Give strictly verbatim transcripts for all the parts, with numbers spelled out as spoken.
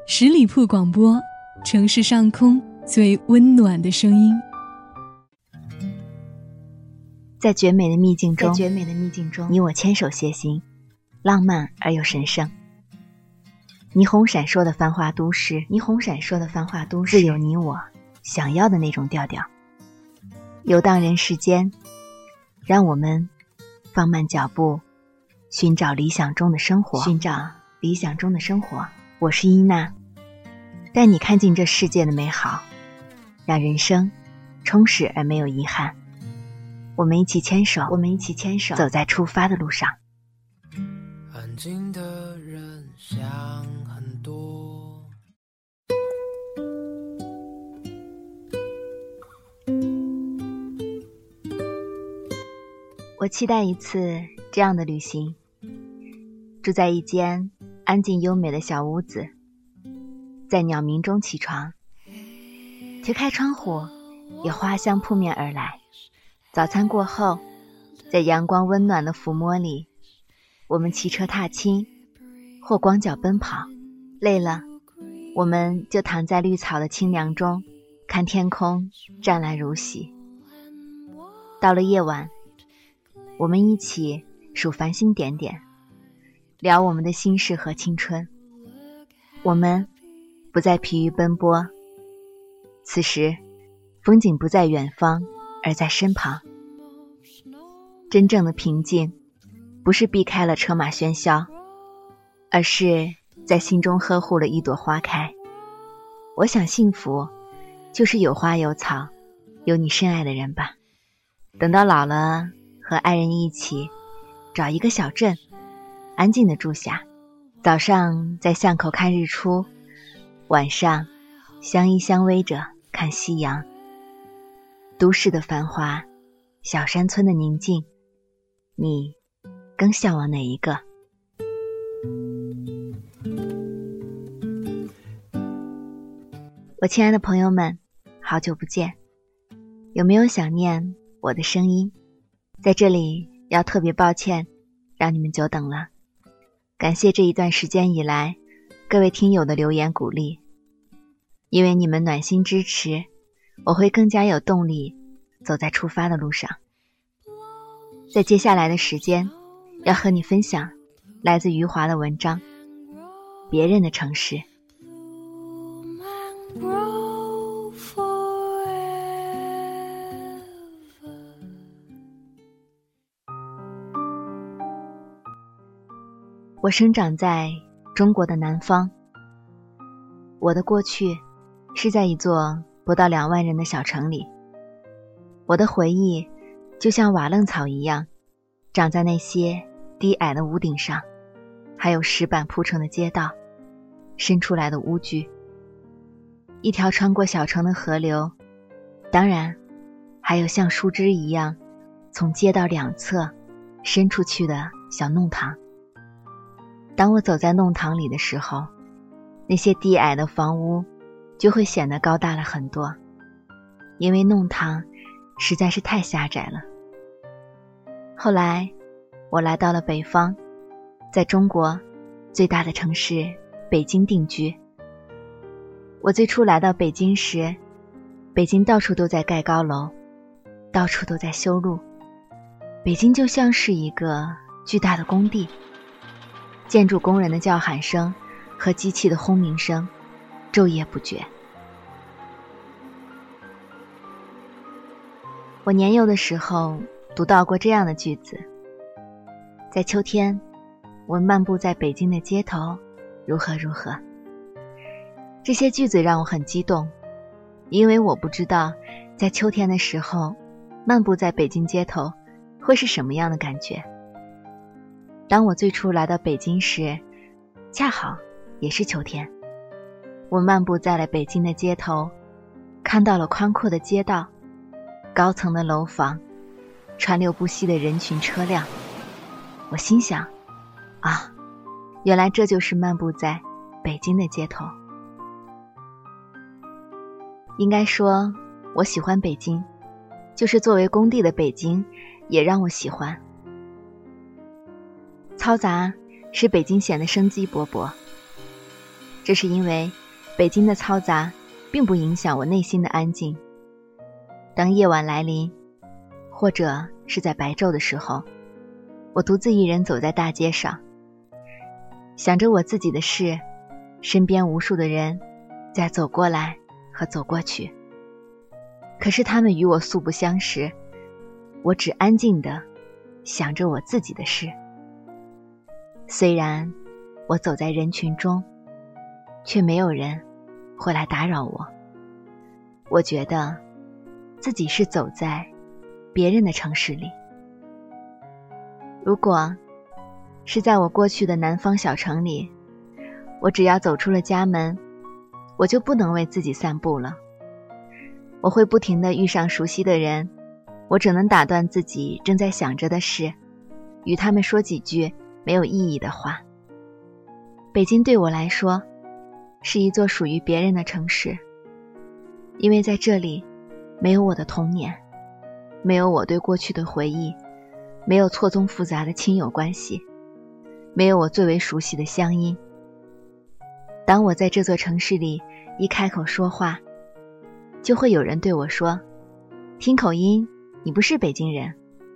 十里铺广播，城市上空最温暖的声音。 在绝美的秘境中，在绝美的秘境中，你我牵手携行，浪漫而又神圣。霓虹闪烁的繁华都市，霓虹闪烁的繁华都市，自有你我想要的那种调调。游荡人世间，让我们放慢脚步，寻找理想中的生活，寻找理想中的生活。我是伊娜，带你看尽这世界的美好，让人生充实而没有遗憾。我们一起牵手，我们一起牵手，走在出发的路上。 安静的人想很多。 我期待一次这样的旅行，住在一间安静优美的小屋子，在鸟鸣中起床，推开窗户，有花香扑面而来。早餐过后，在阳光温暖的抚摸里，我们骑车踏青或光脚奔跑，累了我们就躺在绿草的清凉中，看天空湛蓝如洗。到了夜晚，我们一起数繁星点点，聊我们的心事和青春。我们不再疲于奔波，此时风景不在远方，而在身旁。真正的平静不是避开了车马喧嚣，而是在心中呵护了一朵花开。我想幸福就是有花有草，有你深爱的人吧。等到老了，和爱人一起找一个小镇，安静地住下，早上在巷口看日出，晚上相依相偎着看夕阳。都市的繁华，小山村的宁静，你更向往哪一个？我亲爱的朋友们，好久不见，有没有想念我的声音？在这里要特别抱歉让你们久等了，感谢这一段时间以来各位听友的留言鼓励，因为你们暖心支持，我会更加有动力走在出发的路上。在接下来的时间，要和你分享来自余华的文章《别人的城市》。我生长在中国的南方，我的过去是在一座不到两万人的小城里。我的回忆就像瓦楞草一样，长在那些低矮的屋顶上，还有石板铺成的街道，伸出来的屋具，一条穿过小城的河流，当然还有像树枝一样从街道两侧伸出去的小弄堂。当我走在弄堂里的时候，那些低矮的房屋就会显得高大了很多，因为弄堂实在是太狭窄了。后来我来到了北方，在中国最大的城市北京定居。我最初来到北京时，北京到处都在盖高楼，到处都在修路，北京就像是一个巨大的工地，建筑工人的叫喊声和机器的轰鸣声昼夜不绝。我年幼的时候读到过这样的句子，在秋天我漫步在北京的街头，如何如何。这些句子让我很激动，因为我不知道在秋天的时候漫步在北京街头会是什么样的感觉。当我最初来到北京时，恰好也是秋天。我漫步在了北京的街头，看到了宽阔的街道，高层的楼房，川流不息的人群车辆。我心想，啊，原来这就是漫步在北京的街头。应该说，我喜欢北京，就是作为工地的北京也让我喜欢。嘈杂使北京显得生机勃勃， 这是因为北京的嘈杂并不影响我内心的安静。当夜晚来临，或者是在白昼的时候，我独自一人走在大街上，想着我自己的事，身边无数的人在走过来和走过去，可是他们与我素不相识，我只安静地想着我自己的事。虽然我走在人群中，却没有人会来打扰我。我觉得自己是走在别人的城市里。如果是在我过去的南方小城里，我只要走出了家门，我就不能为自己散步了。我会不停地遇上熟悉的人，我只能打断自己正在想着的事，与他们说几句没有意义的话。北京对我来说是一座属于别人的城市，因为在这里没有我的童年，没有我对过去的回忆，没有错综复杂的亲友关系，没有我最为熟悉的乡音。当我在这座城市里一开口说话，就会有人对我说，听口音，你不是北京人。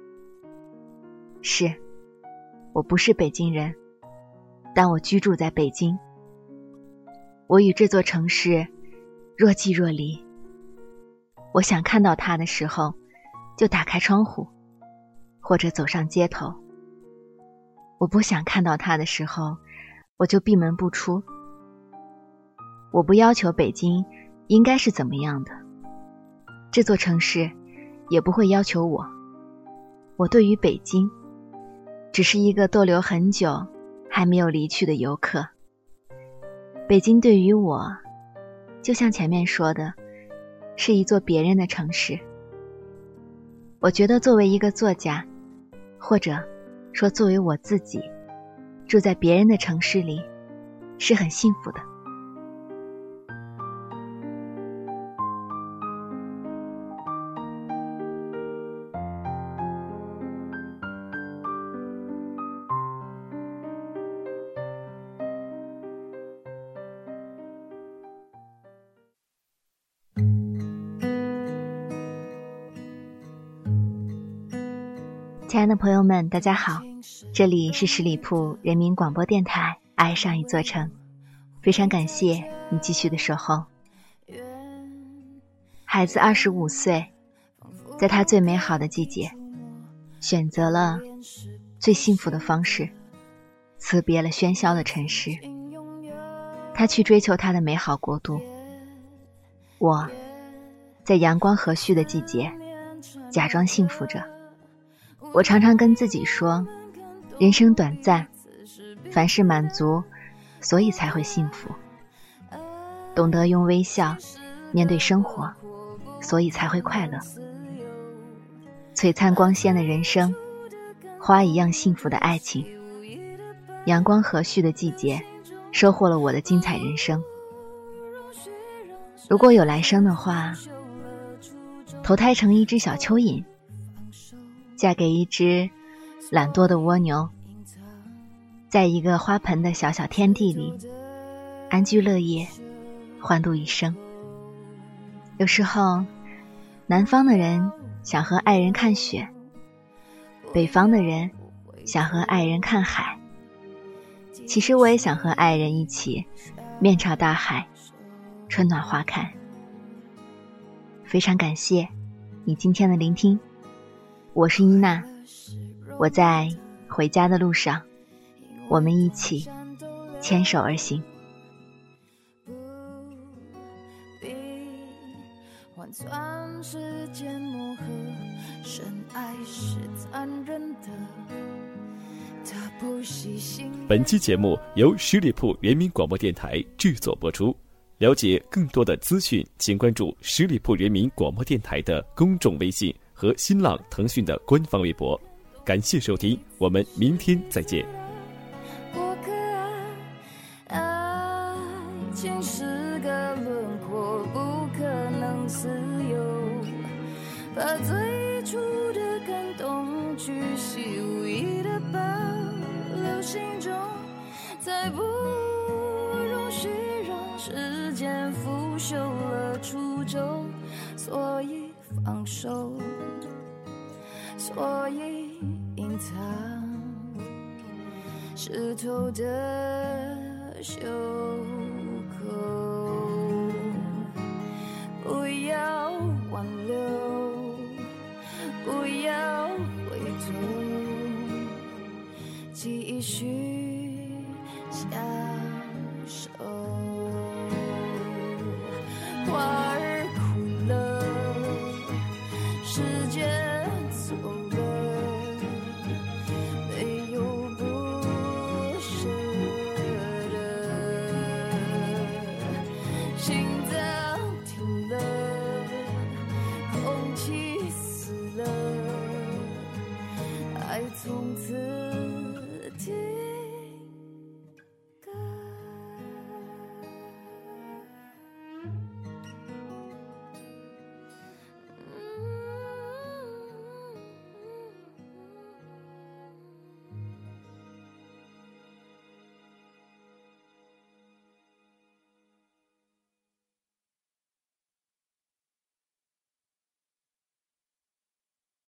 是，我不是北京人，但我居住在北京。我与这座城市若即若离。我想看到它的时候，就打开窗户，或者走上街头。我不想看到它的时候，我就闭门不出。我不要求北京应该是怎么样的，这座城市也不会要求我。我对于北京，只是一个逗留很久还没有离去的游客。北京对于我，就像前面说的，是一座别人的城市。我觉得作为一个作家，或者说作为我自己，住在别人的城市里，是很幸福的。亲爱的朋友们，大家好，这里是十里铺人民广播电台爱上一座城，非常感谢你继续的守候。孩子二十五岁，在他最美好的季节，选择了最幸福的方式，辞别了喧嚣的城市，他去追求他的美好国度。我在阳光和煦的季节假装幸福着。我常常跟自己说，人生短暂，凡事满足，所以才会幸福。懂得用微笑面对生活，所以才会快乐。璀璨光鲜的人生，花一样幸福的爱情，阳光和煦的季节，收获了我的精彩人生。如果有来生的话，投胎成一只小蚯蚓，嫁给一只懒惰的蜗牛，在一个花盆的小小天地里安居乐业，欢度一生。有时候南方的人想和爱人看雪，北方的人想和爱人看海。其实我也想和爱人一起面朝大海，春暖花开。非常感谢你今天的聆听，我是伊娜，我在回家的路上，我们一起牵手而行。不必换算时间磨合，深爱是残忍的，他不细心。 本期节目由十里铺人民广播电台制作播出。了解更多的资讯，请关注十里铺人民广播电台的公众微信和新浪、腾讯的官方微博。感谢收听，我们明天再见。 我可爱，爱情是个轮廓，不可能自由，把最初的感动巨细无遗的保留心中，才不容许时间腐朽了初衷，所以放手，所以隐藏湿透的袖。